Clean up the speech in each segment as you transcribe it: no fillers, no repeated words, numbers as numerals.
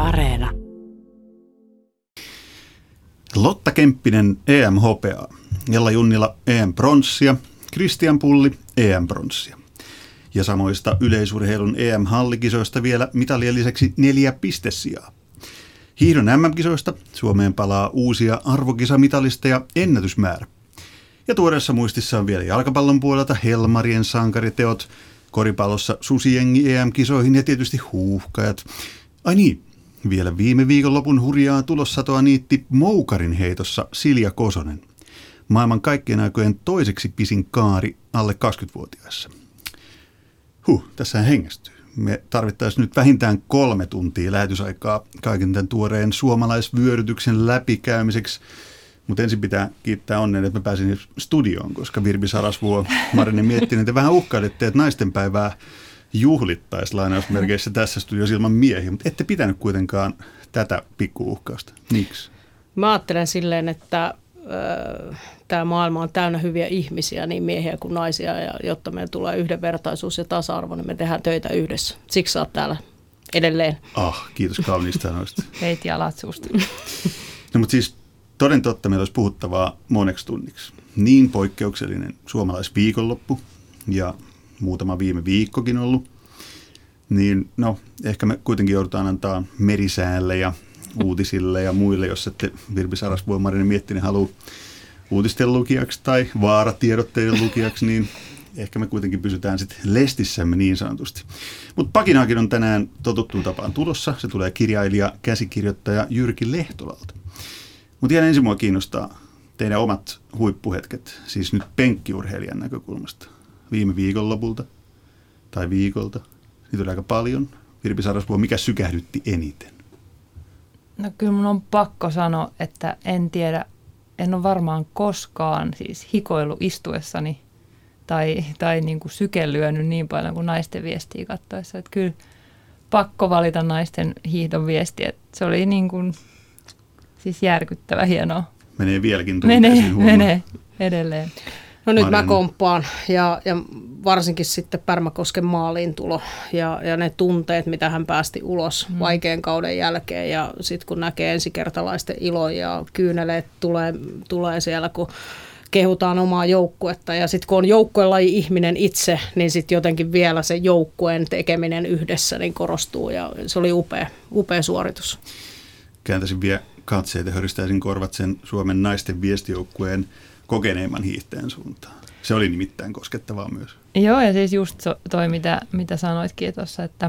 Areena. Lotta Kemppinen EM-hopeaa, Jella Junnila EM-pronssia, Kristian Pulli EM-pronssia. Ja samoista yleisurheilun EM-hallikisoista vielä mitalien lisäksi 4 pistesijaa. Hiihdon MM-kisoista Suomeen palaa uusia arvokisamitalisteja ennätysmäärä. Ja tuoreessa muistissa on vielä jalkapallon puolelta Helmarien sankariteot, koripallossa susijengi EM-kisoihin ja tietysti huuhkajat. Ai niin, vielä viime viikonlopun hurjaa tulossatoa niitti moukarin heitossa Silja Kosonen. Maailman kaikkien aikojen toiseksi pisin kaari alle 20-vuotiaissa. Tässähän hengästyy. Me tarvittaisiin nyt vähintään 3 tuntia lähetysaikaa kaiken tämän tuoreen suomalaisvyörytyksen läpikäymiseksi. Mutta ensin pitää kiittää onneen, että mä pääsin studioon, koska Virpi Sarasvuo, Marinen Miettinen, te vähän uhkailitte, että naistenpäivää juhlittaisi lainausmerkeissä tässä studiossa ilman miehiä, mutta ette pitänyt kuitenkaan tätä pikku-uhkausta. Miksi? Mä ajattelen silleen, että tämä maailma on täynnä hyviä ihmisiä, niin miehiä kuin naisia, ja jotta meillä tulee yhdenvertaisuus ja tasa-arvo, niin me tehdään töitä yhdessä. Siksi sä oot täällä edelleen. Kiitos kauniista sanoista. Veit jalat suusta. No mutta siis toden totta meillä olisi puhuttavaa moneksi tunniksi. Niin poikkeuksellinen suomalaisviikonloppu ja muutama viime viikkokin ollut. Niin ehkä me kuitenkin joudutaan antaa merisäälle ja uutisille ja muille, jos ette Virpi Sarasvuo, Marinen Miettinen halua uutisten lukijaksi tai vaaratiedotteiden lukijaksi, niin ehkä me kuitenkin pysytään sitten lestissämme niin sanotusti. Mutta pakinaakin on tänään totuttuun tapaan tulossa. Se tulee kirjailija, käsikirjoittaja Jyrki Lehtolalta. Mutta ihan ensin mua kiinnostaa teidän omat huippuhetket, siis nyt penkkiurheilijan näkökulmasta. Viime viikonlopulta tai viikolta. Niitä oli aika paljon. Virpi Sarasvuo, mikä sykähdytti eniten? No kyllä mun on pakko sanoa, että en tiedä, en ole varmaan koskaan siis hikoillut istuessani tai niin kuin sykellyönyt niin paljon kuin naisten viestiä katsoessa. Että kyllä pakko valita naisten hiihdon viesti, että se oli niin kuin siis järkyttävä hienoa. Menee vieläkin tunteisiin huomaan. Menee edelleen. No nyt mä komppaan ja varsinkin sitten Pärmäkosken maaliin tulo ja ne tunteet, mitä hän päästi ulos vaikean kauden jälkeen. Ja sitten kun näkee ensikertalaisten ilon ja kyyneleet tulee siellä, kun kehutaan omaa joukkuetta. Ja sitten kun on joukkuelaji ihminen itse, niin sitten jotenkin vielä se joukkueen tekeminen yhdessä niin korostuu. Ja se oli upea suoritus. Kääntäisin vielä katseet ja höristäisin korvat sen Suomen naisten viestijoukkueen kokeneimman hiihteen suuntaan. Se oli nimittäin koskettavaa myös. Joo, ja siis just toi, mitä sanoitkin tuossa, että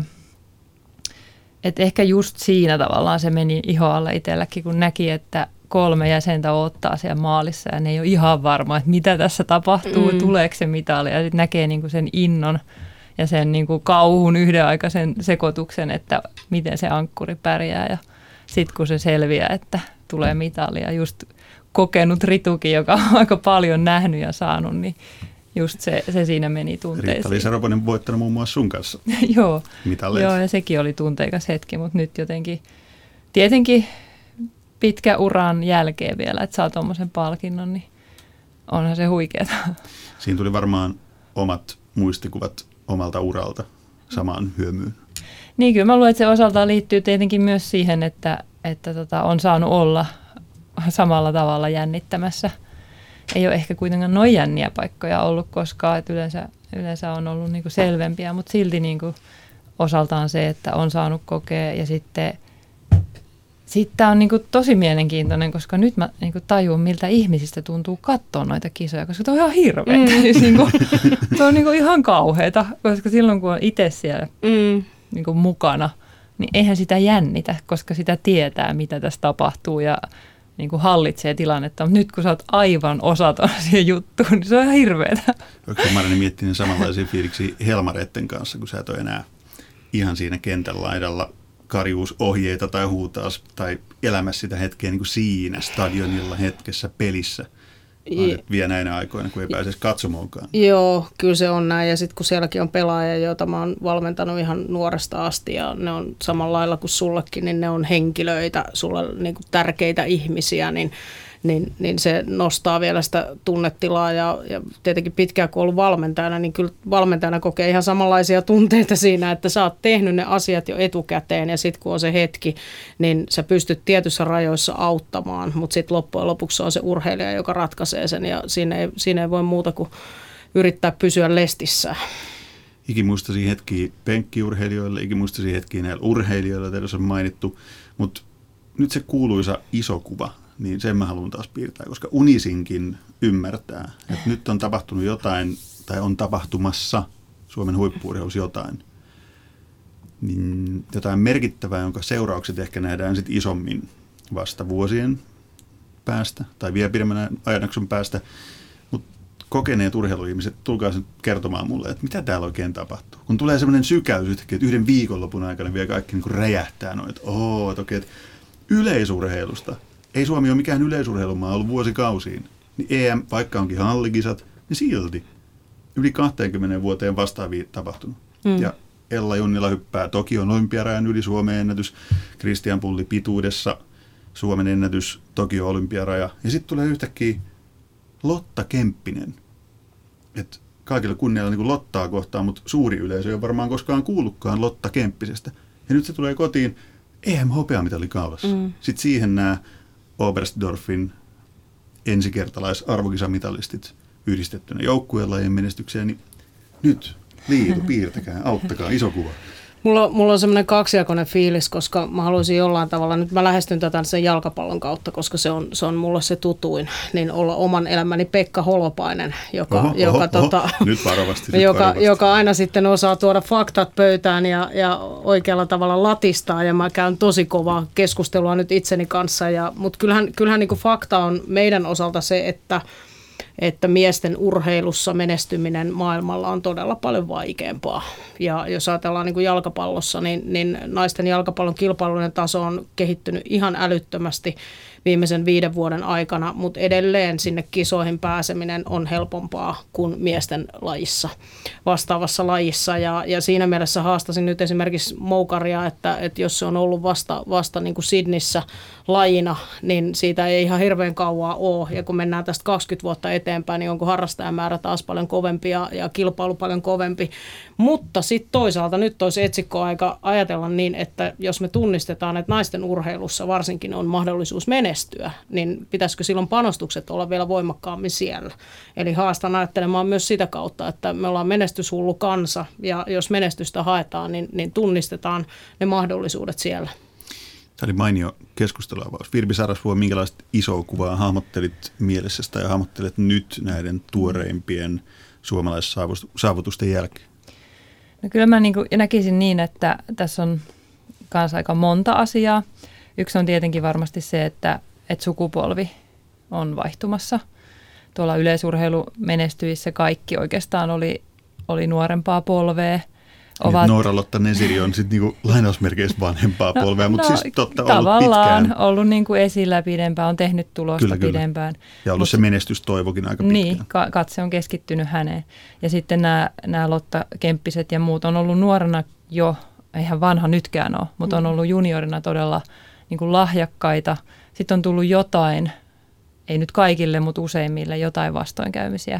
ehkä just siinä tavallaan se meni ihon alle itselläkin, kun näki, että 3 jäsentä odottaa siellä maalissa, ja ne ei ole ihan varma, että mitä tässä tapahtuu, tuleeko se mitali, ja sitten näkee niinku sen innon ja sen niinku kauhun yhdenaikaisen sekoituksen, että miten se ankkuri pärjää, ja sitten kun se selviää, että tulee mitali, ja just kokenut Ritukin, joka on aika paljon nähnyt ja saanut, niin just se siinä meni tunteisiin. Riitta-Liisa Roponen voittanut muun muassa sun kanssa. Joo, ja sekin oli tunteikas hetki, mutta nyt jotenkin tietenkin pitkä uran jälkeen vielä, että saa tuommoisen palkinnon, niin onhan se huikeeta. Siinä tuli varmaan omat muistikuvat omalta uralta samaan hyömyyn. Niin, kyllä mä luulen, että se osaltaan liittyy tietenkin myös siihen, että on saanut olla samalla tavalla jännittämässä. Ei ole ehkä kuitenkaan noin jänniä paikkoja ollut koskaan, että yleensä on ollut niinku selvempiä, mutta silti niinku osaltaan se, että on saanut kokea. Ja sitten tämä on niinku tosi mielenkiintoinen, koska nyt mä niinku tajun, miltä ihmisistä tuntuu katsoa noita kisoja, koska tuo on ihan hirveätä. Tuo on niinku ihan kauheata, koska silloin kun on itse siellä niinku mukana, niin eihän sitä jännitä, koska sitä tietää, mitä tässä tapahtuu ja niin kuin hallitsee tilannetta, mutta nyt kun sä oot aivan osaton siihen juttuun, niin se on ihan hirveetä. Onko Marinen miettinyt samanlaisia fiiliksiä Helmareitten kanssa, kun sä et ole enää ihan siinä kentän laidalla karjuusohjeita tai huutaus tai elämässä sitä hetkeä niin kuin siinä stadionilla hetkessä pelissä? Vielä näinä aikoina, kun ei pääsisi katsomaankaan. Joo, kyllä se on näin. Ja sitten kun sielläkin on pelaajia, joita mä oon valmentanut ihan nuoresta asti ja ne on samalla lailla kuin sullekin, niin ne on henkilöitä, sulle niin kuin tärkeitä ihmisiä, niin niin se nostaa vielä sitä tunnetilaa ja tietenkin pitkään kun on ollut valmentajana, niin kyllä valmentajana kokee ihan samanlaisia tunteita siinä, että sä oot tehnyt ne asiat jo etukäteen ja sitten kun on se hetki, niin sä pystyt tietyissä rajoissa auttamaan, mutta sitten loppujen lopuksi on se urheilija, joka ratkaisee sen ja siinä ei voi muuta kuin yrittää pysyä lestissään. Ikimuistaisia hetkiä penkkiurheilijoille, ikimuistaisia hetkiä näillä urheilijoilla, teillä on mainittu, mutta nyt se kuuluisa iso kuva, niin sen mä haluan taas piirtää, koska Unisinkin ymmärtää, että nyt on tapahtunut jotain, tai on tapahtumassa Suomen huippu-urheilussa jotain merkittävää, jonka seuraukset ehkä nähdään sitten isommin vasta vuosien päästä, tai vielä pidemmän ajanjakson päästä, mutta kokeneet urheiluihmiset, tulkaa sen kertomaan mulle, että mitä täällä oikein tapahtuu. Kun tulee semmoinen sykäys yhtäkkiä, että yhden viikonlopun aikana vielä kaikki niin kuin räjähtää noin, että yleisurheilusta. Ei Suomi ole mikään yleisurheilumaa ollut vuosikausiin. Niin EM, vaikka onkin hallikisat, niin silti yli 20 vuoteen vastaavia tapahtunut. Ja Ella Junnila hyppää Tokion olympiarajan yli, Suomen ennätys. Kristian Pulli pituudessa, Suomen ennätys, Tokion olympiaraja. Ja sitten tulee yhtäkkiä Lotta Kemppinen. Et kaikilla kunnialla niin kuin Lottaa kohtaan, mutta suuri yleisö ei ole varmaan koskaan kuullutkaan Lotta Kemppisestä. Ja nyt se tulee kotiin. EM-hopeamitali kaulassa. Sitten siihen nämä Oberstdorfin ensikertalais-arvokisamitalistit yhdistettynä joukkuelajien menestykseen, niin nyt liitu, piirtäkää, auttakaa, iso kuva. Mulla on semmoinen kaksijakoinen fiilis, koska mä haluaisin jollain tavalla, nyt mä lähestyn tätä sen jalkapallon kautta, koska se on mulle se tutuin, niin olla oman elämäni Pekka Holopainen, joka aina sitten osaa tuoda faktat pöytään ja oikealla tavalla latistaa, ja mä käyn tosi kovaa keskustelua nyt itseni kanssa, mutta kyllähän niin kuin fakta on meidän osalta se, että miesten urheilussa menestyminen maailmalla on todella paljon vaikeampaa. Ja jos ajatellaan niin kuin jalkapallossa, niin naisten jalkapallon kilpailullinen taso on kehittynyt ihan älyttömästi viimeisen 5 vuoden aikana, mutta edelleen sinne kisoihin pääseminen on helpompaa kuin miesten lajissa, vastaavassa lajissa. Ja siinä mielessä haastasin nyt esimerkiksi Moukaria, että jos se on ollut vasta niin kuin Sydneyssä lajina, niin siitä ei ihan hirveän kauaa ole. Ja kun mennään tästä 20 vuotta eteenpäin, niin onko harrastajamäärä taas paljon kovempi ja kilpailu paljon kovempi. Mutta sitten toisaalta nyt olisi etsikkoaika ajatella niin, että jos me tunnistetaan, että naisten urheilussa varsinkin on mahdollisuus menestyä, niin pitäisikö silloin panostukset olla vielä voimakkaammin siellä? Eli haastan ajattelemaan myös sitä kautta, että me ollaan menestyshullu kansa, ja jos menestystä haetaan, niin tunnistetaan ne mahdollisuudet siellä. Tämä oli mainio keskusteluavaus. Virpi Sarasvuo, minkälaista isoa kuvaa hahmottelit mielessäsi tai hahmottelet nyt näiden tuoreimpien suomalaissaavutusten jälkeen? No kyllä mä näkisin niin, että tässä on kanssa aika monta asiaa. Yksi on tietenkin varmasti se, että sukupolvi on vaihtumassa. Tuolla yleisurheilumenestyissä kaikki oikeastaan oli nuorempaa polvea. Noora-Lotta Nesiri on sitten niinku lainausmerkeissä vanhempaa polvea, mutta siis totta tavallaan ollut ollut niinku esillä pidempään, on tehnyt tulosta kyllä. pidempään. Ja ollut se menestystoivokin aika pitkään. Niin, katse on keskittynyt häneen. Ja sitten nämä Lotta Kemppiset ja muut on ollut nuorena jo, eihän vanha nytkään ole, mutta on ollut juniorina todella niinku lahjakkaita. Sitten on tullut jotain, ei nyt kaikille, mutta useimmille jotain vastoinkäymisiä.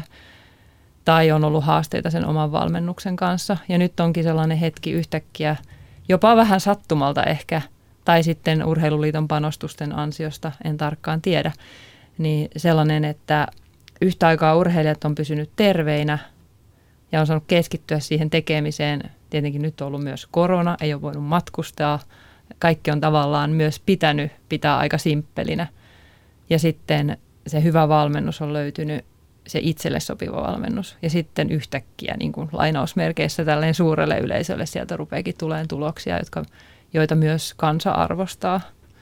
Tai on ollut haasteita sen oman valmennuksen kanssa. Ja nyt onkin sellainen hetki yhtäkkiä, jopa vähän sattumalta ehkä, tai sitten Urheiluliiton panostusten ansiosta, en tarkkaan tiedä, niin sellainen, että yhtä aikaa urheilijat on pysynyt terveinä ja on saanut keskittyä siihen tekemiseen. Tietenkin nyt on ollut myös korona, ei ole voinut matkustaa. Kaikki on tavallaan myös pitänyt pitää aika simppelinä. Ja sitten se hyvä valmennus on löytynyt, se itselle sopiva valmennus. Ja sitten yhtäkkiä niin kuin lainausmerkeissä tälleen suurelle yleisölle sieltä rupeakin tulemaan tuloksia, joita myös kansa arvostaa.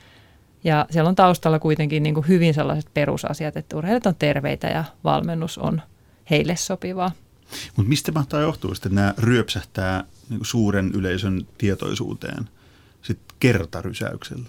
Ja siellä on taustalla kuitenkin niin kuin hyvin sellaiset perusasiat, että urheilijat on terveitä ja valmennus on heille sopivaa. Mutta mistä mahtaa johtua, että nämä ryöpsähtää niin kuin suuren yleisön tietoisuuteen sitten kertarysäyksellä?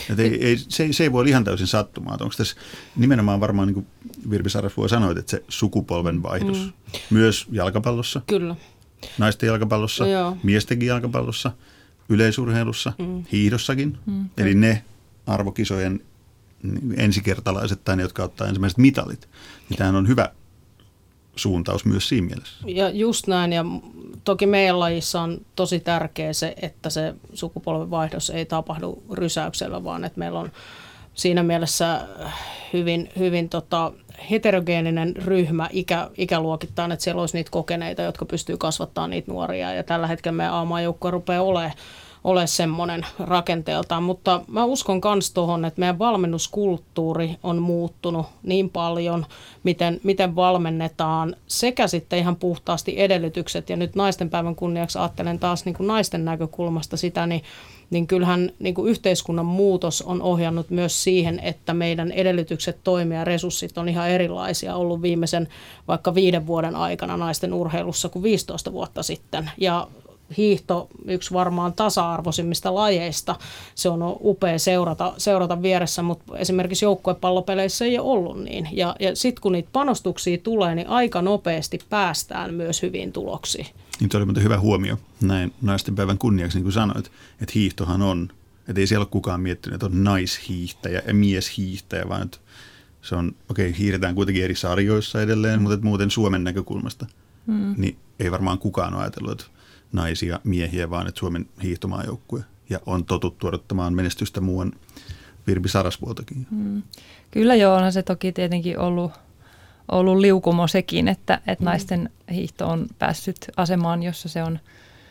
Se ei voi olla ihan täysin sattumaa. Onko tässä nimenomaan varmaan, niin kuin Virpi Sarasvuo sanoit, että se sukupolven vaihdos myös jalkapallossa, kyllä. Naisten jalkapallossa, miestenkin jalkapallossa, yleisurheilussa, hiihdossakin. Eli ne arvokisojen ensikertalaiset tai ne, jotka ottaa ensimmäiset mitalit. Niin tämähän on hyvä suuntaus myös siinä mielessä. Ja just näin, ja toki meidän lajissa on tosi tärkeä se, että se sukupolvenvaihdos ei tapahdu rysäyksellä, vaan että meillä on siinä mielessä hyvin heterogeeninen ryhmä ikäluokittain, että siellä olisi niitä kokeneita, jotka pystyy kasvattamaan niitä nuoria, ja tällä hetkellä meidän A-maajoukkue rupeaa ole semmoinen rakenteeltaan, mutta mä uskon myös tuohon, että meidän valmennuskulttuuri on muuttunut niin paljon, miten valmennetaan sekä sitten ihan puhtaasti edellytykset, ja nyt naistenpäivän kunniaksi ajattelen taas niin kuin naisten näkökulmasta sitä, niin kyllähän niin kuin yhteiskunnan muutos on ohjannut myös siihen, että meidän edellytykset toimia ja resurssit on ihan erilaisia ollut viimeisen vaikka 5 vuoden aikana naisten urheilussa kuin 15 vuotta sitten, ja hiihto yksi varmaan tasa-arvoisimmista lajeista. Se on upea seurata vieressä, mutta esimerkiksi joukkuepallopeleissä ei ole ollut niin. Ja sitten kun niitä panostuksia tulee, niin aika nopeasti päästään myös hyviin tuloksiin. Niin se oli muuten hyvä huomio näin naistenpäivän kunniaksi, niin kuin sanoit, että hiihtohan on, että ei siellä ole kukaan miettinyt, että on naishiihtäjä ja mieshiihtäjä, vaan että se on, hiihdetään kuitenkin eri sarjoissa edelleen, mutta muuten Suomen näkökulmasta, niin ei varmaan kukaan ole ajatellut, että naisia, miehiä, vaan että Suomen hiihtomaajoukkue. Ja on totuttu odottamaan menestystä muuan Virpi Sarasvuotakin. Kyllä joo, onhan se toki tietenkin ollut liukumo sekin, että naisten hiihto on päässyt asemaan, jossa se on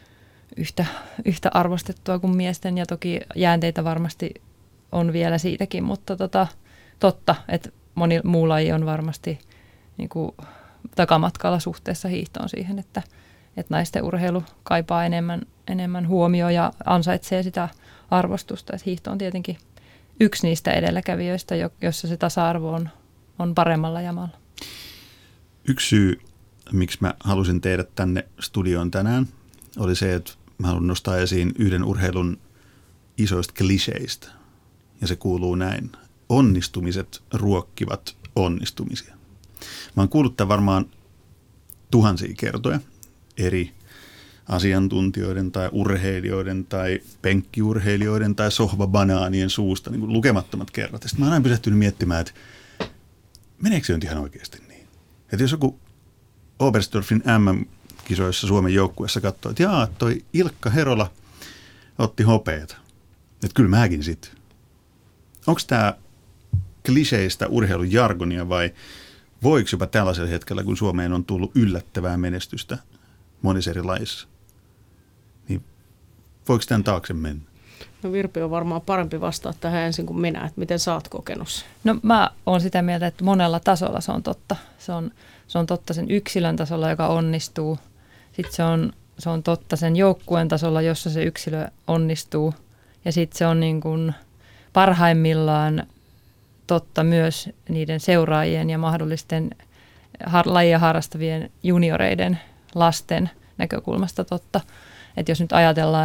yhtä arvostettua kuin miesten. Ja toki jäänteitä varmasti on vielä siitäkin, mutta totta, että moni muu laji on varmasti niin kuin takamatkalla suhteessa hiihtoon siihen, että naisten urheilu kaipaa enemmän huomioon ja ansaitsee sitä arvostusta. Että hiihto on tietenkin yksi niistä edelläkävijöistä, jossa se tasa-arvo on paremmalla jamalla. Yksi syy, miksi mä halusin tehdä tänne studioon tänään, oli se, että mä haluan nostaa esiin yhden urheilun isoista kliseistä. Ja se kuuluu näin. Onnistumiset ruokkivat onnistumisia. Mä oon kuullut tämän varmaan tuhansia kertoja eri asiantuntijoiden tai urheilijoiden tai penkkiurheilijoiden tai sohvabanaanien suusta niin kuin lukemattomat kerrat. Sitten mä oon aina pysähtynyt miettimään, että meneekö se nyt ihan oikeasti niin? Että jos joku Oberstdorfin MM-kisoissa Suomen joukkueessa katsoo, että toi Ilkka Herola otti hopeeta. Että kyllä mäkin sitten. Onko tämä kliseistä urheilun jargonia vai voiko jopa tällaisella hetkellä, kun Suomeen on tullut yllättävää menestystä monissa eri lajissa, niin voiko tämän taakse mennä? No Virpi on varmaan parempi vastaa tähän ensin kuin minä, että miten sä oot kokenut? No mä oon sitä mieltä, että monella tasolla se on totta. Se on totta sen yksilön tasolla, joka onnistuu. Sitten se on totta sen joukkueen tasolla, jossa se yksilö onnistuu. Ja sitten se on niin kuin parhaimmillaan totta myös niiden seuraajien ja mahdollisten lajia harrastavien junioreiden lasten näkökulmasta totta. Että jos nyt ajatellaan,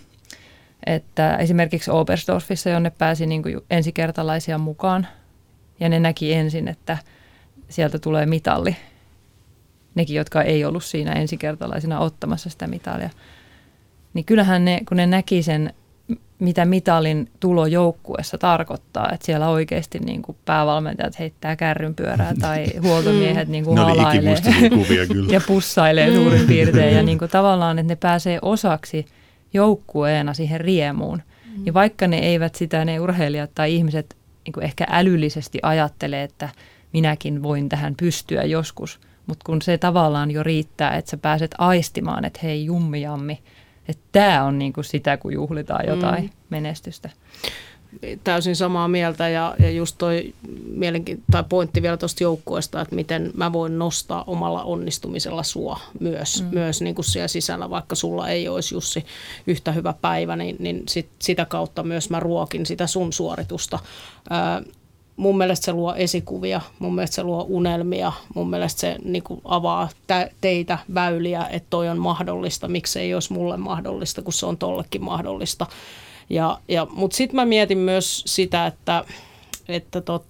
että esimerkiksi Oberstdorfissa, jonne pääsi niin kuin ensikertalaisia mukaan, ja ne näki ensin, että sieltä tulee mitalli. Nekin, jotka ei ollut siinä ensikertalaisina ottamassa sitä mitalia. Niin kyllähän kun ne näki sen, mitä mitalin tulo joukkueessa tarkoittaa, että siellä oikeasti niin kuin päävalmentajat heittää kärrynpyörää tai huoltomiehet niin kuin halailee ja pussailee suurin piirtein. Ja niin kuin tavallaan, että ne pääsee osaksi joukkueena siihen riemuun. Ja vaikka ne eivät sitä, ne urheilijat tai ihmiset niin kuin ehkä älyllisesti ajattelee, että minäkin voin tähän pystyä joskus, mutta kun se tavallaan jo riittää, että sä pääset aistimaan, että hei jummi-jammi, että tämä on niin kuin sitä, kun juhlitaan jotain menestystä. Täysin samaa mieltä ja just toi pointti vielä tuosta joukkueesta, että miten mä voin nostaa omalla onnistumisella sua myös niin kuin siellä sisällä, vaikka sulla ei olisi Jussi yhtä hyvä päivä, niin sitä kautta myös mä ruokin sitä sun suoritusta. Mun mielestä se luo esikuvia, mun mielestä se luo unelmia, mun mielestä se niin kuin avaa teitä, väyliä, että toi on mahdollista, miksi ei olisi mulle mahdollista, kun se on tollekin mahdollista. Mutta sitten mä mietin myös sitä, että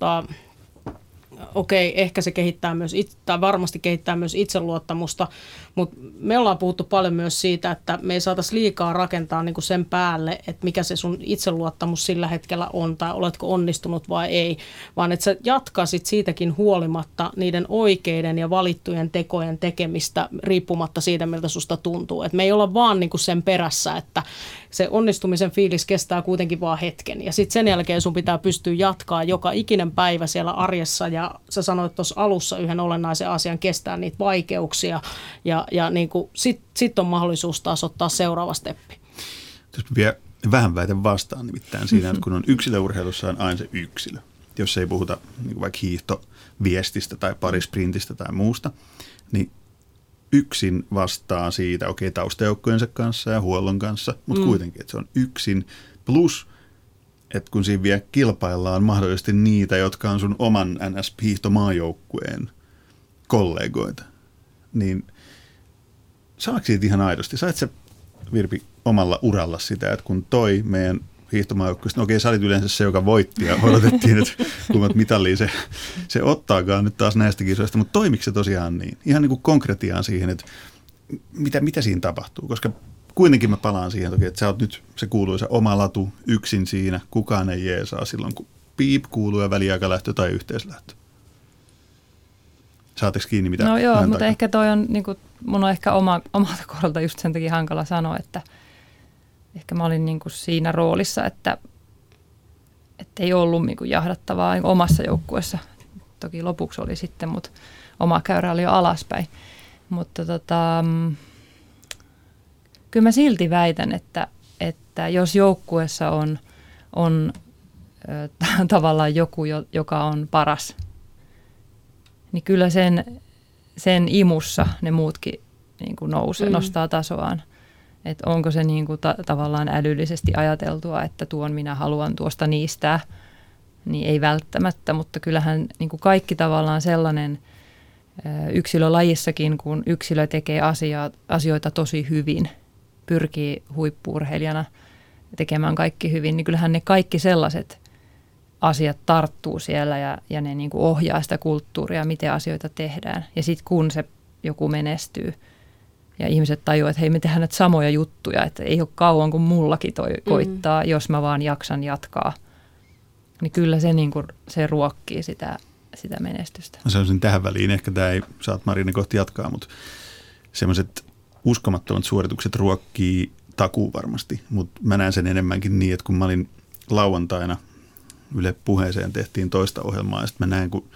okei, ehkä se kehittää myös, tai varmasti kehittää myös itseluottamusta, Mutta me ollaan puhuttu paljon myös siitä, että me ei saataisi liikaa rakentaa niin kuin sen päälle, että mikä se sun itseluottamus sillä hetkellä on tai oletko onnistunut vai ei, vaan että sä jatkaisit siitäkin huolimatta niiden oikeiden ja valittujen tekojen tekemistä riippumatta siitä, miltä susta tuntuu. Et me ei olla vaan niin kuin sen perässä, että se onnistumisen fiilis kestää kuitenkin vaan hetken ja sitten sen jälkeen sun pitää pystyä jatkaa joka ikinen päivä siellä arjessa ja sä sanoit tuossa alussa yhden olennaisen asian, kestää niitä vaikeuksia ja niin kuin sit on mahdollisuus taas ottaa seuraava steppi. Jos vielä vähän väitän vastaan nimittäin siinä, että kun on yksilöurheilussa on aina se yksilö, jos ei puhuta niin kuin vaikka hiihtoviestistä tai parisprintistä tai muusta, niin yksin vastaa siitä, taustajoukkojensa kanssa ja huollon kanssa, mutta kuitenkin, että se on yksin plus, että kun siinä vielä kilpaillaan mahdollisesti niitä, jotka on sun oman NS-hiihtomaajoukkueen kollegoita, niin saako siitä ihan aidosti? Sait sä, Virpi, omalla uralla sitä, että kun toi meidän hiihtomaajoukkueesta, sä olit yleensä se, joka voitti ja odotettiin, että kummat mitallia se ottaakaan nyt taas näistä kisoista, mutta toimiko se tosiaan niin? Ihan niin kuin konkretiaan siihen, että mitä siinä tapahtuu, koska kuitenkin mä palaan siihen toki, että sä oot nyt se kuuluisa oma latu yksin siinä, kukaan ei jeesaa silloin, kun piip kuuluu ja väliaikalähtö tai yhteislähtö. Saatteko kiinni mitä? No joo, mutta ehkä toi on, niin kuin, mun on ehkä omalta kohdalta just sen takia hankala sanoa, että ehkä mä olin niin kuin siinä roolissa, että ei ollut niin kuin jahdattavaa niin kuin omassa joukkueessa. Toki lopuksi oli sitten, mutta oma käyrä oli jo alaspäin. Mutta kyllä mä silti väitän, että jos joukkueessa on tavallaan joku, joka on paras, niin kyllä sen imussa ne muutkin niin kuin nostaa tasoaan. Että onko se niin kuin tavallaan älyllisesti ajateltua, että tuon minä haluan tuosta niistää, niin ei välttämättä, mutta kyllähän niin kuin kaikki tavallaan sellainen yksilölajissakin, kun yksilö tekee asioita tosi hyvin, pyrkii huippu-urheilijana tekemään kaikki hyvin, niin kyllähän ne kaikki sellaiset asiat tarttuu siellä ja ne niin kuin ohjaa sitä kulttuuria, miten asioita tehdään. Ja sitten kun se joku menestyy ja ihmiset tajuaa, että hei, me tehdään näitä samoja juttuja, että ei ole kauan kuin mullakin koittaa, jos mä vaan jaksan jatkaa, niin kyllä se, niin kuin, se ruokkii sitä menestystä. Mä sanoisin tähän väliin, ehkä tämä ei, saat Marine kohti jatkaa, mutta semmoiset uskomattomat suoritukset ruokkii takuu varmasti, mutta mä näen sen enemmänkin niin, että kun mä olin lauantaina Yle Puheeseen tehtiin toista ohjelmaa ja sitten mä näen, kun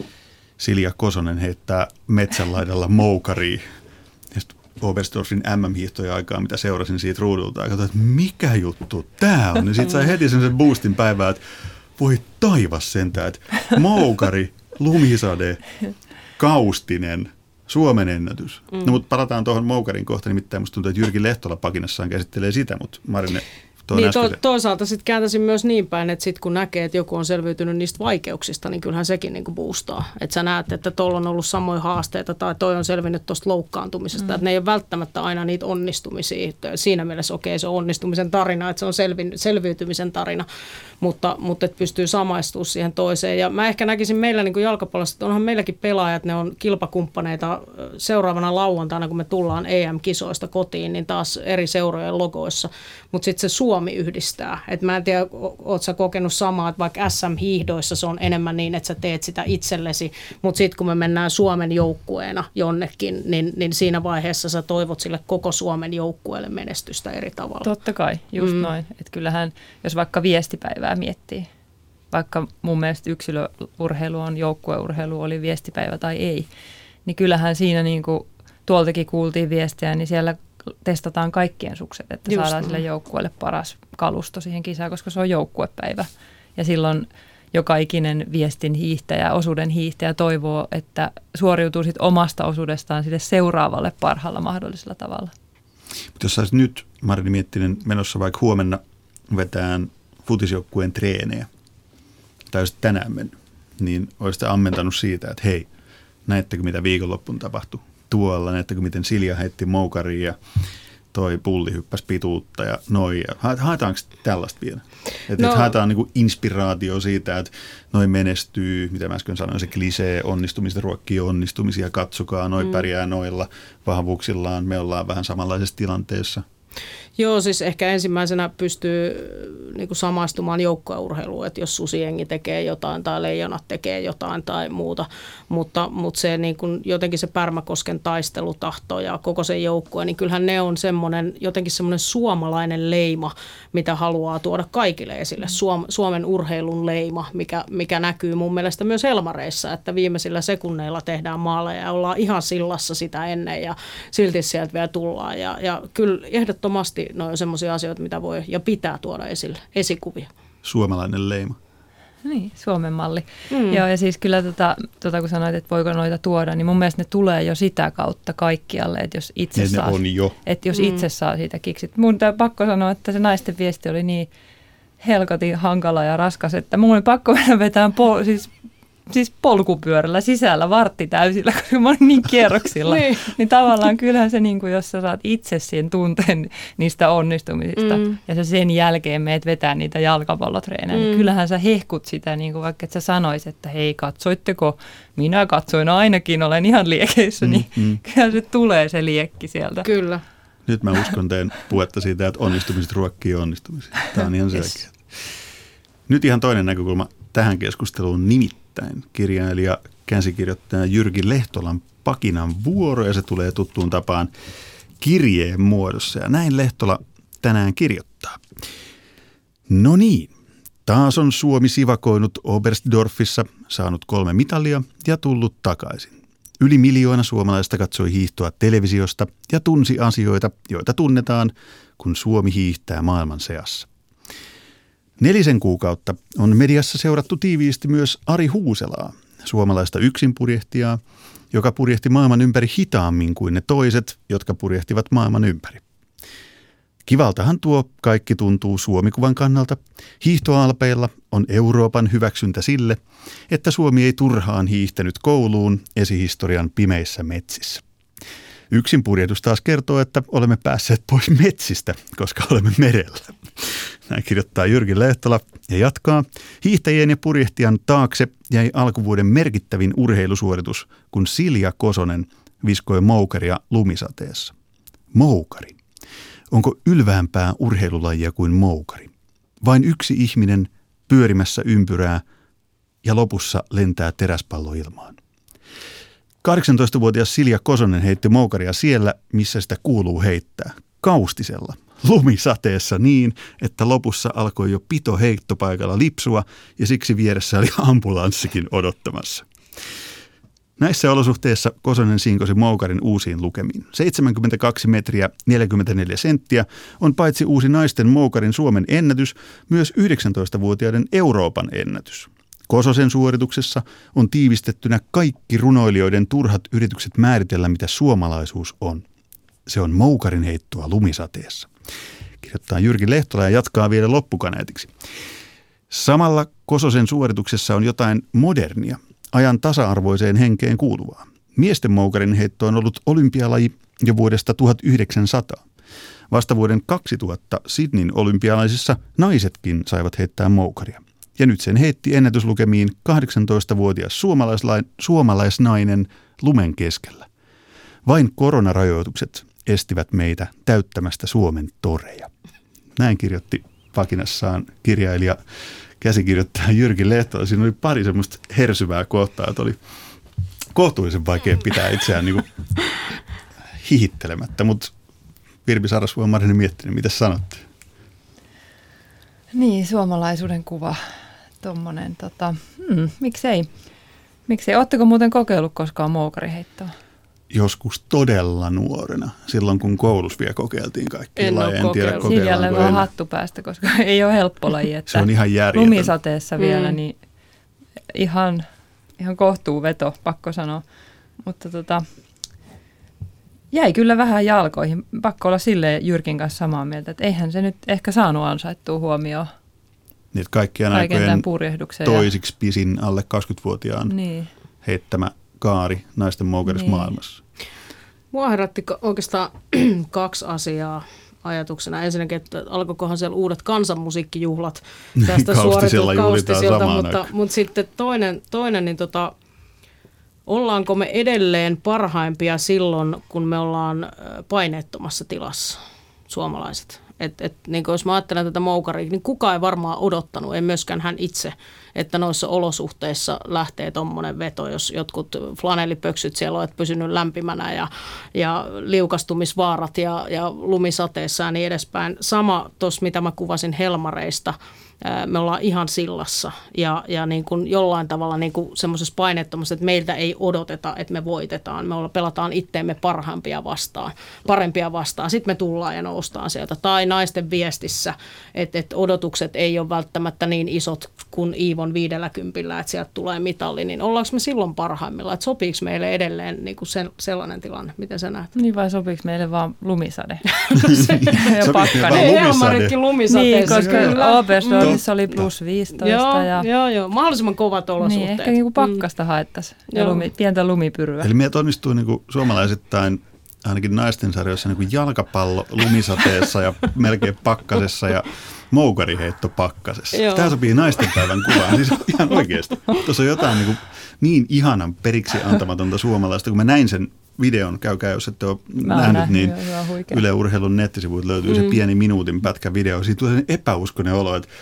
Silja Kosonen heittää metsänlaidalla moukariin ja sitten Oberstdorfin MM-hiihtoja aikaa, mitä seurasin siitä ruudulta ja katsoin, että mikä juttu tää on. Ja sitten sai heti sen boostin päivää, että voi taivas sentään, että moukari, lumisade, Kaustinen, Suomen ennätys. No mutta palataan tuohon moukarin kohtaan, nimittäin musta tuntuu, että Jyrki Lehtola pakinassaan käsittelee sitä, mutta Marine... Niin, toisaalta sitten kääntäisin myös niin päin, että sitten kun näkee, että joku on selviytynyt niistä vaikeuksista, niin kyllähän sekin niin kuin boostaa. Että sä näet, että tuolla on ollut samoja haasteita tai toi on selvinnyt tuosta loukkaantumisesta. Että ne ei ole välttämättä aina niitä onnistumisia. Siinä mielessä se on onnistumisen tarina, että se on selviytymisen tarina, mutta että pystyy samaistumaan siihen toiseen. Ja mä ehkä näkisin meillä niin kuin jalkapallossa, että onhan meilläkin pelaajat, ne on kilpakumppaneita seuraavana lauantaina, kun me tullaan EM-kisoista kotiin, niin taas eri seurojen logoissa. Mutta sitten se Suomi yhdistää. Et mä en tiedä, ootko sä kokenut samaa, että vaikka SM-hiihdoissa se on enemmän niin, että sä teet sitä itsellesi, mutta sitten kun me mennään Suomen joukkueena jonnekin, niin siinä vaiheessa sä toivot sille koko Suomen joukkueelle menestystä eri tavalla. Totta kai, just noin. Että kyllähän, jos vaikka viestipäivää miettii, vaikka mun mielestä yksilöurheilu on joukkueurheilu, oli viestipäivä tai ei, niin kyllähän siinä niin kuin tuoltakin kuultiin viestejä, niin siellä testataan kaikkien sukset, että just saadaan sille joukkueelle paras kalusto siihen kisaan, koska se on joukkuepäivä. Ja silloin joka ikinen viestin hiihtäjä, osuuden hiihtäjä toivoo, että suoriutuu sit omasta osuudestaan sille seuraavalle parhaalla mahdollisella tavalla. Mutta jos sä nyt, Marini Miettinen, menossa vaikka huomenna vetään futisjoukkueen treenejä, tai jos tänään mennyt, niin olisitte ammentanut siitä, että hei, näettekö mitä viikonloppuun tapahtui tuolla, näettekö miten Silja heitti moukariin ja toi pulli hyppäsi pituutta ja noin. Haetaanko tällaista vielä? Että haetaan niin kuin inspiraatio siitä, että noin menestyy, mitä mä äsken sanoin, se klisee, onnistumista ruokkii onnistumisia, katsokaa, noin pärjää noilla vahvuuksillaan, me ollaan vähän samanlaisessa tilanteessa. Joo, siis ehkä ensimmäisenä pystyy niin kuin samastumaan joukkueurheiluun, että jos susijengi tekee jotain tai leijonat tekee jotain tai muuta, mutta se niin kuin jotenkin se Pärmäkosken taistelutahto ja koko se joukkue, niin kyllähän ne on jotenkin semmoinen suomalainen leima, mitä haluaa tuoda kaikille esille. Suomen urheilun leima, mikä näkyy mun mielestä myös Elmareissa, että viimeisillä sekunneilla tehdään maaleja ja ollaan ihan sillassa sitä ennen ja silti sieltä vielä tullaan ja kyllä ehdottomasti ne on semmoisia asioita, mitä voi ja pitää tuoda esille, esikuvia. Suomalainen leima. Niin, Suomen malli. Joo, ja siis kyllä kun sanoit, että voiko noita tuoda, niin mun mielestä ne tulee jo sitä kautta kaikkialle, että jos itse saa, itse saa siitä kiksit. Mun pakko sanoa, että se naisten viesti oli niin helkatin hankala ja raskas, että mun oli pakko mennä vetämään siis polkupyörällä sisällä vartti täysillä, koska mä olin niin kierroksilla. Niin tavallaan kyllähän se, niin kuin, jos sä saat itse siihen tunteen niistä onnistumisista ja sä sen jälkeen meet vetää niitä jalkapallotreenejä, niin kyllähän sä hehkut sitä, niin kuin vaikka et sä sanois, että hei, katsoitteko, minä katsoin ainakin, olen ihan liekeissä, niin kyllähän se tulee se liekki sieltä. Kyllä. Nyt mä uskon teidän puhetta siitä, että onnistumiset ruokkii onnistumisia. Tämä on ihan selkeä. Nyt ihan toinen näkökulma tähän keskusteluun, nimittäin kirjailija, käsikirjoittaja Jyrki Lehtolan Pakinan vuoro, ja se tulee tuttuun tapaan kirjeen muodossa. Ja näin Lehtola tänään kirjoittaa. No niin, taas on Suomi sivakoinut Oberstdorfissa, saanut 3 mitalia ja tullut takaisin. Yli 1 miljoona suomalaista katsoi hiihtoa televisiosta ja tunsi asioita, joita tunnetaan, kun Suomi hiihtää maailman seassa. 4 kuukautta on mediassa seurattu tiiviisti myös Ari Huuselaa, suomalaista yksinpurjehtijaa, joka purjehti maailman ympäri hitaammin kuin ne toiset, jotka purjehtivat maailman ympäri. Kivaltahan tuo kaikki tuntuu Suomikuvan kannalta. Hiihtoalpeilla on Euroopan hyväksyntä sille, että Suomi ei turhaan hiihtänyt kouluun esihistorian pimeissä metsissä. Yksinpurjehdus taas kertoo, että olemme päässeet pois metsistä, koska olemme merellä. Näin kirjoittaa Jyrki Lehtola ja jatkaa. Hiihtäjien ja purjehtijan taakse jäi alkuvuoden merkittävin urheilusuoritus, kun Silja Kosonen viskoi moukaria lumisateessa. Moukari. Onko ylväämpää urheilulajia kuin moukari? Vain yksi ihminen pyörimässä ympyrää ja lopussa lentää teräspallo ilmaan. 18-vuotias Silja Kosonen heitti moukaria siellä, missä sitä kuuluu heittää. Kaustisella, lumisateessa niin, että lopussa alkoi jo pito heittopaikalla lipsua ja siksi vieressä oli ambulanssikin odottamassa. Näissä olosuhteissa Kosonen sinkosi moukarin uusiin lukemiin. 72 metriä 44 senttiä on paitsi uusi naisten moukarin Suomen ennätys, myös 19-vuotiaiden Euroopan ennätys. Kososen suorituksessa on tiivistettynä kaikki runoilijoiden turhat yritykset määritellä, mitä suomalaisuus on. Se on moukarin heittoa lumisateessa. Kirjoittaa Jyrki Lehtola ja jatkaa vielä loppukaneetiksi. Samalla Kososen suorituksessa on jotain modernia, ajan tasa-arvoiseen henkeen kuuluvaa. Miesten moukarin heitto on ollut olympialaji jo vuodesta 1900. Vasta vuoden 2000 Sydneyn olympialaisissa naisetkin saivat heittää moukaria. Ja nyt sen heitti ennätyslukemiin 18-vuotias suomalaisnainen lumen keskellä. Vain koronarajoitukset estivät meitä täyttämästä Suomen toreja. Näin kirjoitti Pakinassaan kirjailija, käsikirjoittaja Jyrki Lehtola. Siinä oli pari semmoista hersyvää kohtaa, että oli kohtuullisen vaikea pitää itseään niin kuin hihittelemättä. Mutta Virpi Sarasvuo Marinen miettinyt, mitä sanotte? Niin, suomalaisuuden kuva. Tuommoinen, miksei? Ootteko muuten kokeillut koskaan moukariheittoa? Joskus todella nuorena, silloin kun koulussa vielä kokeiltiin kaikkia lajeja. En tiedä, Siljalle vaan hattu päästä, koska ei ole helppo laji. Että se on ihan järjetön. Lumisateessa vielä, niin ihan kohtuuveto, pakko sanoa. Mutta jäi kyllä vähän jalkoihin. Pakko olla silleen Jyrkin kanssa samaa mieltä, että eihän se nyt ehkä saanut ansaittua huomioon. Niin, kaikkien aikojen toisiksi pisin alle 20-vuotiaan heittämä kaari naisten moukarissa maailmassa. Mua herätti oikeastaan 2 asiaa ajatuksena. Ensinnäkin, että alkoikohan siellä uudet kansanmusiikkijuhlat tästä Kaustisella, mutta sitten toinen niin ollaanko me edelleen parhaimpia silloin, kun me ollaan paineettomassa tilassa, suomalaiset? Niin jos mä ajattelen tätä moukaria, niin kukaan ei varmaan odottanut, ei myöskään hän itse, että noissa olosuhteissa lähtee tommonen veto, jos jotkut flanellipöksyt siellä ovat pysynyt lämpimänä ja liukastumisvaarat ja lumisateessa ja niin edespäin. Sama tuossa, mitä mä kuvasin Helmareista. Me ollaan ihan sillassa ja niin kuin jollain tavalla niin kuin semmoisessa painettomassa, että meiltä ei odoteta, että me voitetaan. Me pelataan itteemme parempia vastaan. Sitten me tullaan ja noustaan sieltä. Tai naisten viestissä, että odotukset ei ole välttämättä niin isot kuin Iivon 50, että sieltä tulee mitalli. Niin ollaanko me silloin parhaimmilla? Että sopiiko meille edelleen niin kuin sellainen tilanne? Miten sä näet? Niin vai sopiiko meille vaan lumisade? Ja pakkanen. Helmaritkin lumisateessa. Niin, koska se oli plus 15. Joo. Mahdollisimman kovat olosuhteet. Niin, ehkä niin kuin pakkasta haettaisiin ja pientä lumipyryä. Eli meidät onnistuu niin kuin suomalaisittain ainakin naisten sarjoissa niin kuin jalkapallo lumisateessa ja melkein pakkasessa ja moukariheitto pakkasessa. Tämä sopii naistenpäivän kuvaan, siis ihan oikeasti. Tuossa on jotain niin ihanan periksi antamatonta suomalaista, kun mä näin sen videon, käykää jos ette ole nähnyt, niin Yle Urheilun nettisivuilta löytyy se pieni minuutin pätkä video. Siitä tulee epäuskoinen olo, että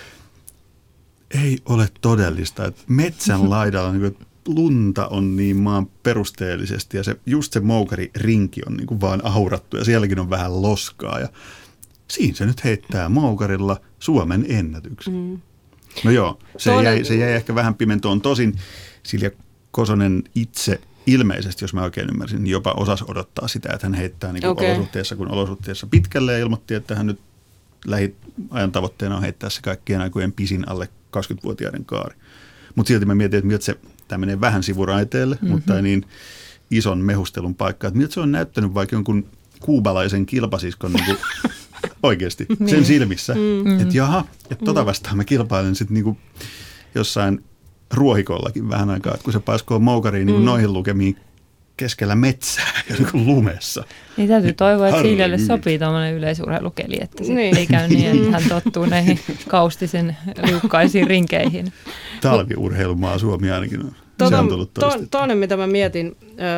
ei ole todellista, että metsän laidalla niin lunta on niin maan perusteellisesti ja just se moukaririnki on niin kuin vaan aurattu ja sielläkin on vähän loskaa ja siinä se nyt heittää moukarilla Suomen ennätyksen. No joo, se jäi ehkä vähän pimentoon. Tosin Silja Kosonen itse ilmeisesti, jos mä oikein ymmärsin, niin jopa osasi odottaa sitä, että hän heittää niin kuin olosuhteessa kuin olosuhteessa pitkälle ja ilmoitti, että hän nyt lähiajan tavoitteena on heittää se kaikkien aikojen pisin alle 20-vuotiaiden kaari. Mutta silti mä mietin, että miltä tämä menee vähän sivuraiteelle, mutta ei niin ison mehustelun paikka. Että miltä se on näyttänyt vaikka jonkun kuubalaisen kilpasiskon niin kuin oikeasti sen silmissä. Että jaha, että tota vastaan mä kilpailen sitten niin kuin jossain ruohikollakin vähän aikaa, että kun se paiskoo moukariin niin kuin noihin lukemiin keskellä metsää ja niin kuin lumessa. Niin täytyy toivoa, että Siljalle sopii tuommoinen yleisurheilukeli, että ei käy niin, että hän tottuu näihin Kaustisen liukkaisiin rinkeihin. Talviurheilumaa Suomi ainakin on. Se on tullut toista. Toinen, mitä mä mietin,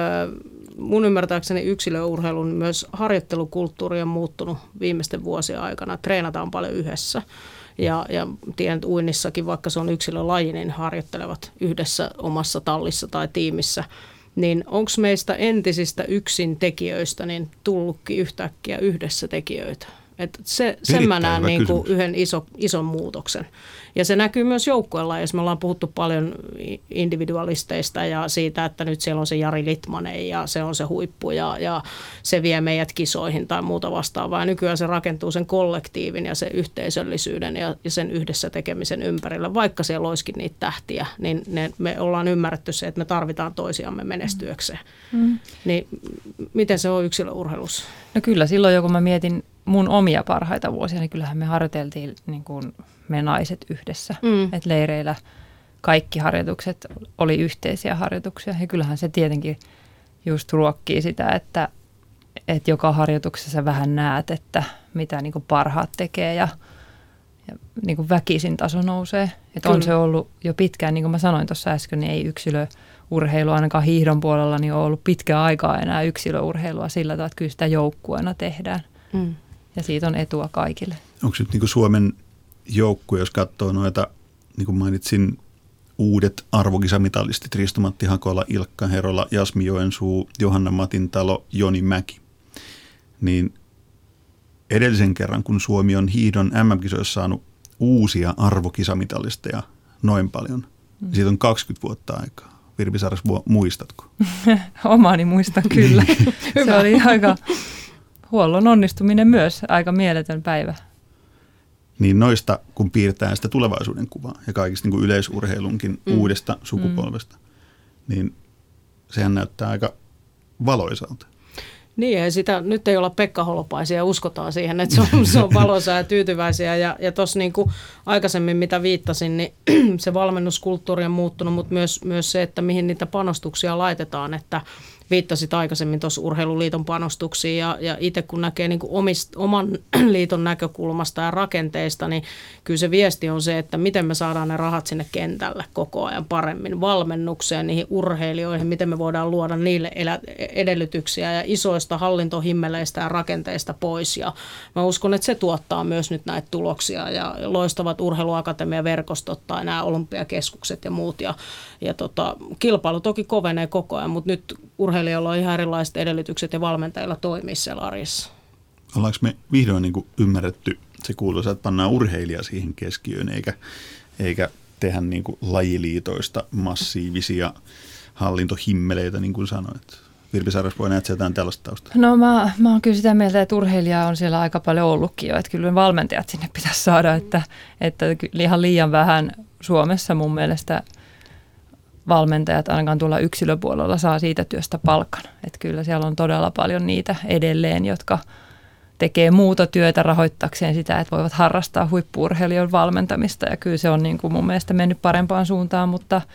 mun ymmärtääkseni yksilöurheilun myös harjoittelukulttuuri on muuttunut viimeisten vuosien aikana. Treenataan paljon yhdessä. Ja tiedän, että uinnissakin, vaikka se on yksilölaji, niin harjoittelevat yhdessä omassa tallissa tai tiimissä. Niin onko meistä entisistä yksin tekijöistä niin tullutkin yhtäkkiä yhdessä tekijöitä? Sen mä näen niin kuin yhden ison muutoksen. Ja se näkyy myös joukkueella, jos me ollaan puhuttu paljon individualisteista ja siitä, että nyt siellä on se Jari Litmanen ja se on se huippu ja se vie meidät kisoihin tai muuta vastaavaa. Nykyään se rakentuu sen kollektiivin ja sen yhteisöllisyyden ja sen yhdessä tekemisen ympärillä. Vaikka siellä olisikin niitä tähtiä, niin me ollaan ymmärretty se, että me tarvitaan toisiamme menestyökseen. Niin miten se on yksilöurheilussa? No kyllä silloin, kun mä mietin mun omia parhaita vuosia, niin kyllähän me harjoiteltiin niin kuin me naiset yhdessä. Et leireillä kaikki harjoitukset oli yhteisiä harjoituksia. Ja kyllähän se tietenkin just ruokkii sitä, että joka harjoituksessa vähän näet, että mitä niin kuin parhaat tekee ja niin kuin väkisin taso nousee. Että on se ollut jo pitkään, niin kuin mä sanoin tuossa äsken, niin ei yksilöurheilu ainakaan hiihdon puolella niin on ollut pitkään aikaa enää yksilöurheilua sillä tavalla, että kyllä sitä joukkueena tehdään. Ja siitä on etua kaikille. Onko nyt niin kuin Suomen joukkue, jos katsoo noita, niin kuin mainitsin, uudet arvokisamitalistit, Risto-Matti Hakola, Ilkka Herola, Jasmi Joensuu, Johanna Matintalo, Joni Mäki, niin edellisen kerran, kun Suomi on hiihdon MM-kisoissa saanut uusia arvokisamitalisteja noin paljon, siitä on 20 vuotta aikaa. Virpi Saras, muistatko? Omani muistan kyllä. Se oli aika huollon onnistuminen myös, aika mieletön päivä. Niin noista, kun piirtää sitä tulevaisuuden kuvaa ja kaikista niin kuin yleisurheilunkin uudesta sukupolvesta, niin sehän näyttää aika valoisalta. Niin, ja sitä, nyt ei olla Pekka Holopaisia ja uskotaan siihen, että se on valoisaa ja tyytyväisiä. Ja tuossa niin kuin aikaisemmin, mitä viittasin, niin se valmennuskulttuuri on muuttunut, mutta myös se, että mihin niitä panostuksia laitetaan. Että viittasit aikaisemmin tuossa Urheiluliiton panostuksiin ja itse kun näkee niin kuin oman liiton näkökulmasta ja rakenteista, niin kyllä se viesti on se, että miten me saadaan ne rahat sinne kentälle koko ajan paremmin valmennukseen, niihin urheilijoihin, miten me voidaan luoda niille edellytyksiä ja isoista hallintohimmeleistä ja rakenteista pois. Ja mä uskon, että se tuottaa myös nyt näitä tuloksia ja loistavat urheiluakatemiaverkostot tai nämä olympiakeskukset ja muut. Ja kilpailu toki kovenee koko ajan, mutta nyt urheilijoilla on ihan erilaiset edellytykset ja valmentajilla toimii siellä arjessa. Ollaanko me vihdoin niin kuin ymmärretty se kuuluisa, että pannaan urheilija siihen keskiöön eikä tehdä niin kuin lajiliitoista massiivisia hallintohimmeleitä, niin kuin sanoit? Virpi Sarasvuo, näetkö jotain tällaista taustaa? No mä oon kyllä sitä mieltä, että urheilija on siellä aika paljon ollutkin jo, että kyllä valmentajat sinne pitäisi saada, että ihan liian vähän Suomessa mun mielestä valmentajat ainakaan tuolla yksilöpuolella saa siitä työstä palkan. Että kyllä siellä on todella paljon niitä edelleen, jotka tekee muuta työtä rahoittakseen sitä, että voivat harrastaa huippu-urheilijoiden valmentamista. Ja kyllä se on niin kuin mun mielestä mennyt parempaan suuntaan,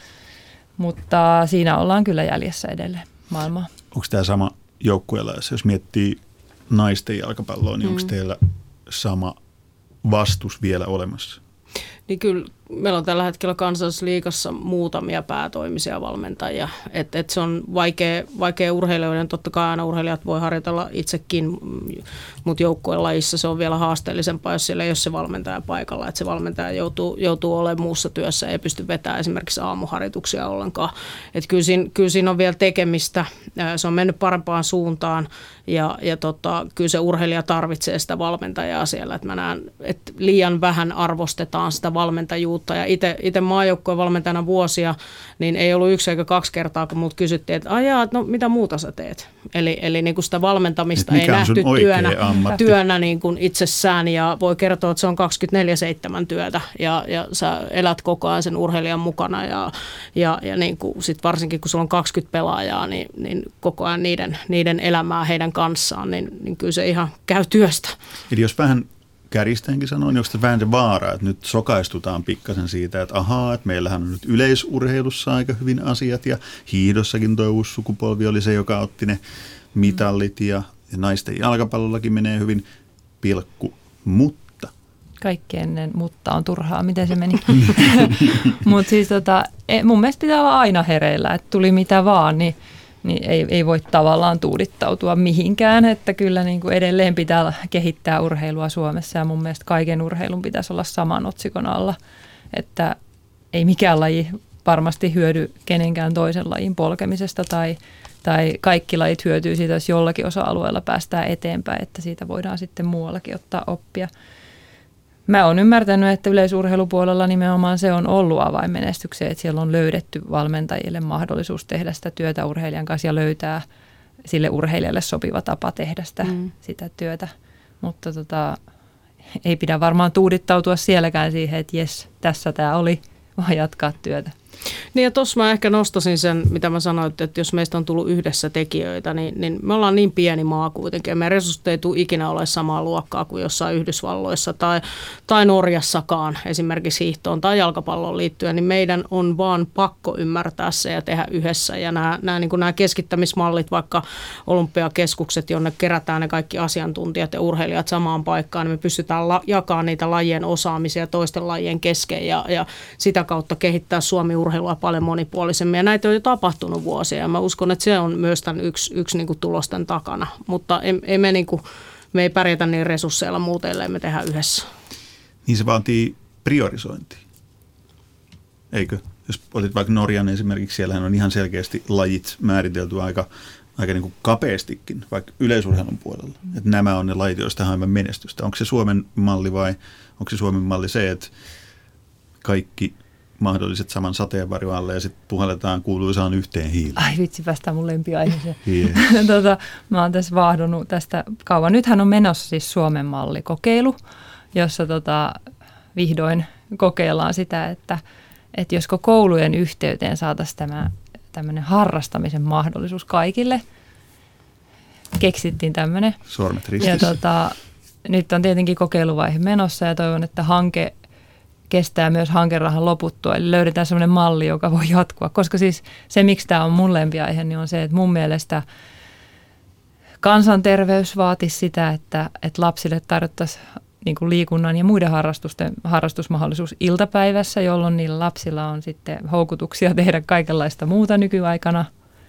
mutta siinä ollaan kyllä jäljessä edelleen maailmaa. Onko tämä sama joukkueella, jos miettii naisten jalkapalloa, niin onko teillä sama vastus vielä olemassa? Niin kyllä meillä on tällä hetkellä Kansallisliigassa muutamia päätoimisia valmentajia. Et se on vaikea urheilijoiden, totta kai aina urheilijat voi harjoitella itsekin, mutta joukkueen lajissa se on vielä haasteellisempaa, jos siellä ei ole se valmentaja paikalla. Että se valmentaja joutuu olemaan muussa työssä, ei pysty vetämään esimerkiksi aamuharjoituksia ollenkaan. Et kyllä siinä on vielä tekemistä, se on mennyt parempaan suuntaan ja kyllä se urheilija tarvitsee sitä valmentajaa siellä. Et mä näen, että liian vähän arvostetaan sitä valmentajuutta. Ja itse maajoukkueen valmentajana vuosia, niin ei ollut 1 eikä 2 kertaa, kun mut kysyttiin, että no mitä muuta sä teet? Eli niin kuin sitä valmentamista ei nähty työnä niin kuin itsessään ja voi kertoa, että se on 24/7 työtä ja sä elät koko ajan sen urheilijan mukana ja niin kuin sit varsinkin kun sulla on 20 pelaajaa, niin koko ajan niiden elämää heidän kanssaan, niin kyllä se ihan käy työstä. Eli jos vähän kärjistäänkin sanoin, niin onko se vähän se vaara, että nyt sokaistutaan pikkasen siitä, että että meillähän on nyt yleisurheilussa aika hyvin asiat ja hiihdossakin tuo uusi sukupolvi oli se, joka otti ne mitallit ja naisten jalkapallollakin menee hyvin, mutta. Kaikki ennen mutta on turhaa, miten se meni. Mutta siis mun mielestä pitää olla aina hereillä, että tuli mitä vaan, niin ei voi tavallaan tuudittautua mihinkään, että kyllä niin kuin edelleen pitää kehittää urheilua Suomessa ja mun mielestä kaiken urheilun pitäisi olla saman otsikon alla, että ei mikään laji varmasti hyödy kenenkään toisen lajin polkemisesta tai kaikki lajit hyötyy siitä, jos jollakin osa-alueella päästään eteenpäin, että siitä voidaan sitten muuallakin ottaa oppia. Mä oon ymmärtänyt, että yleisurheilupuolella nimenomaan se on ollut avainmenestykseen, että siellä on löydetty valmentajille mahdollisuus tehdä sitä työtä urheilijan kanssa ja löytää sille urheilijalle sopiva tapa tehdä sitä työtä. Mutta ei pidä varmaan tuudittautua sielläkään siihen, että jes, tässä tämä oli, vaan jatkaa työtä. Niin ja tuossa mä ehkä nostasin sen, mitä mä sanoin, että jos meistä on tullut yhdessä tekijöitä, niin me ollaan niin pieni maa kuitenkin. Meidän resurssit ei tule ikinä ole samaa luokkaa kuin jossain Yhdysvalloissa tai Norjassakaan esimerkiksi hiihtoon tai jalkapalloon liittyen, niin meidän on vaan pakko ymmärtää se ja tehdä yhdessä. Ja nämä keskittämismallit, vaikka olympiakeskukset, jonne kerätään ne kaikki asiantuntijat ja urheilijat samaan paikkaan, niin me pystytään jakamaan niitä lajien osaamisia toisten lajien kesken ja sitä kautta kehittää Suomi urheilua paljon monipuolisemmin ja näitä on jo tapahtunut vuosia ja mä uskon, että se on myös tämän yksi niin kuin tulosten takana, mutta me ei pärjätä niin resursseilla muuten, ellei me tehdä yhdessä. Niin se vaatii priorisointia, eikö? Jos otit vaikka Norjan esimerkiksi, siellähän on ihan selkeästi lajit määritelty aika niin kuin kapeastikin, vaikka yleisurheilun puolella. Että nämä on ne lajit, joista haemme menestystä. Onko se Suomen malli vai onko se Suomen malli se, että kaikki mahdolliset saman sateenvarjon alle ja sitten puhalletaan kuuluisaan yhteen hiileen? Ai vitsi, päästään mun lempiaiheeseen. Yeah. Mä oon tässä vaahdunut tästä kauan. Nythän on menossa siis Suomen mallikokeilu, jossa vihdoin kokeillaan sitä, että josko koulujen yhteyteen saataisiin tämmöinen harrastamisen mahdollisuus kaikille. Keksittiin tämmöinen. Sormet ristissä. Ja nyt on tietenkin kokeiluvaihe menossa ja toivon, että hanke kestää myös hankerahan loputtua. Eli löydetään sellainen malli, joka voi jatkua. Koska siis se, miksi tämä on mun lempiaihe, niin on se, että mun mielestä kansanterveys vaatisi sitä, että lapsille tarjottaisiin niin kuin liikunnan ja muiden harrastusmahdollisuus iltapäivässä, jolloin niillä lapsilla on sitten houkutuksia tehdä kaikenlaista muuta nykyaikana.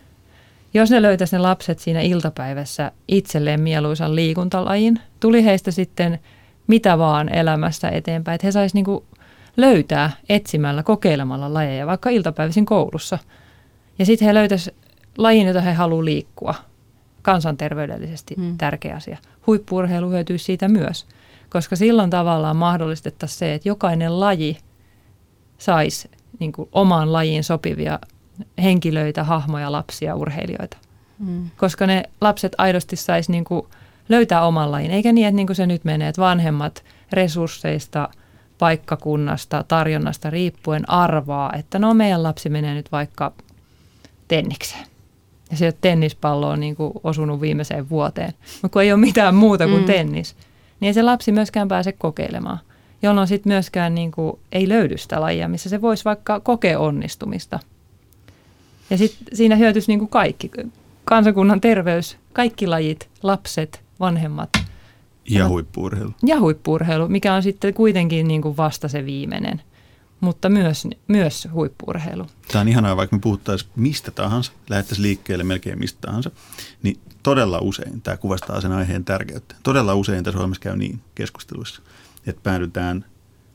Jos ne löytäisi ne lapset siinä iltapäivässä itselleen mieluisan liikuntalajin, tuli heistä sitten mitä vaan elämässä eteenpäin, että he saisivat niin kuin löytää etsimällä, kokeilemalla lajeja, vaikka iltapäiväisin koulussa. Ja sitten he löytäisivät lajin, jota he haluavat liikkua. Kansanterveydellisesti tärkeä asia. Huippu-urheilu hyötyisi siitä myös, koska silloin tavallaan mahdollistettaisiin se, että jokainen laji saisi niin kuin omaan lajiin sopivia henkilöitä, hahmoja, lapsia, urheilijoita. Koska ne lapset aidosti saisi niin kuin löytää oman lajin, eikä niin, että niin kuin se nyt menee, että vanhemmat resursseista, paikkakunnasta, tarjonnasta riippuen arvaa, että no meidän lapsi menee nyt vaikka tennikseen. Ja se ei ole tennispalloa niin kuin osunut viimeiseen vuoteen, mutta kun ei ole mitään muuta kuin tennis, niin ei se lapsi myöskään pääse kokeilemaan, jolloin sitten myöskään niin kuin ei löydy sitä lajia, missä se voisi vaikka kokea onnistumista. Ja sitten siinä hyötyisi niin kuin kaikki, kansakunnan terveys, kaikki lajit, lapset, vanhemmat. Ja huippu-urheilu. Ja huippu-urheilu, mikä on sitten kuitenkin niin kuin vasta se viimeinen, mutta myös huippu-urheilu. Tämä on ihanaa, vaikka me puhuttaisiin mistä tahansa, lähdettäisiin liikkeelle melkein mistä tahansa, niin todella usein, tämä kuvastaa sen aiheen tärkeyttä, todella usein tässä Suomessa käy niin keskusteluissa, että päädytään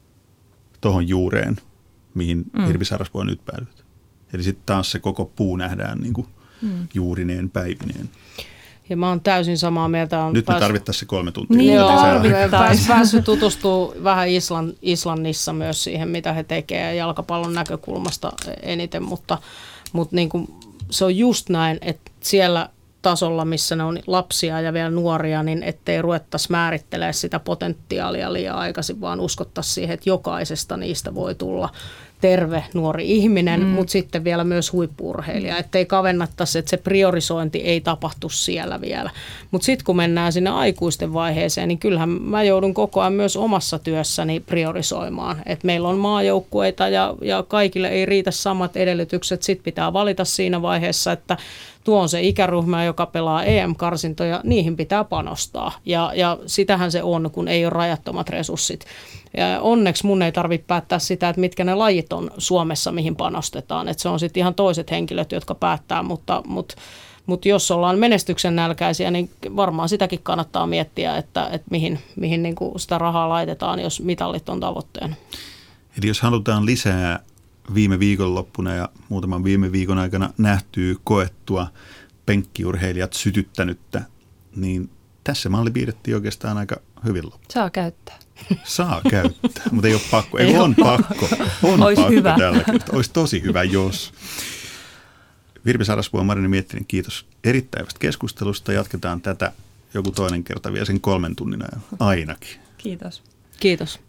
tuohon juureen, mihin Virpi Sarasvuo nyt päädyt. Eli sitten taas se koko puu nähdään niin kuin juurineen, päivineen. Ja mä oon täysin samaa mieltä. Nyt me tarvittaisiin se 3 tuntia. Niin, päässyt tutustumaan vähän Islannissa myös siihen, mitä he tekevät jalkapallon näkökulmasta eniten, mutta niin kuin se on just näin, että siellä tasolla, missä ne on lapsia ja vielä nuoria, niin ettei ruvettaisi määrittelemään sitä potentiaalia liian aikaisin, vaan uskottaisiin siihen, että jokaisesta niistä voi tulla terve nuori ihminen, mutta sitten vielä myös huippu-urheilija, ettei kavennattaisi, että se priorisointi ei tapahtu siellä vielä. Mutta sitten kun mennään sinne aikuisten vaiheeseen, niin kyllähän mä joudun koko ajan myös omassa työssäni priorisoimaan, että meillä on maajoukkueita ja kaikille ei riitä samat edellytykset, sitten pitää valita siinä vaiheessa, että tuo on se ikäryhmä, joka pelaa EM-karsintoja, niihin pitää panostaa ja sitähän se on, kun ei ole rajattomat resurssit. Ja onneksi mun ei tarvitse päättää sitä, että mitkä ne lajit on Suomessa, mihin panostetaan. Että se on sitten ihan toiset henkilöt, jotka päättää, mutta jos ollaan menestyksen nälkäisiä, niin varmaan sitäkin kannattaa miettiä, että mihin niin kuin sitä rahaa laitetaan, jos mitallit on tavoitteena. Eli jos halutaan lisää viime viikonloppuna ja muutaman viime viikon aikana nähtyä, koettua, penkkiurheilijat sytyttänyttä, niin tässä malli piirrettiin oikeastaan aika hyvin loppuun. Saa käyttää. Saa käyttää, mutta ei ole pakko. Ei on pakko. On Ois pakko hyvä. tällä kertaa. Olisi tosi hyvä, jos. Virpi Sarasvuo ja Marina Miettinen, kiitos erittäin hyvästä keskustelusta. Jatketaan tätä joku toinen kerta vielä sen 3 tunnin ajan ainakin. Kiitos. Kiitos.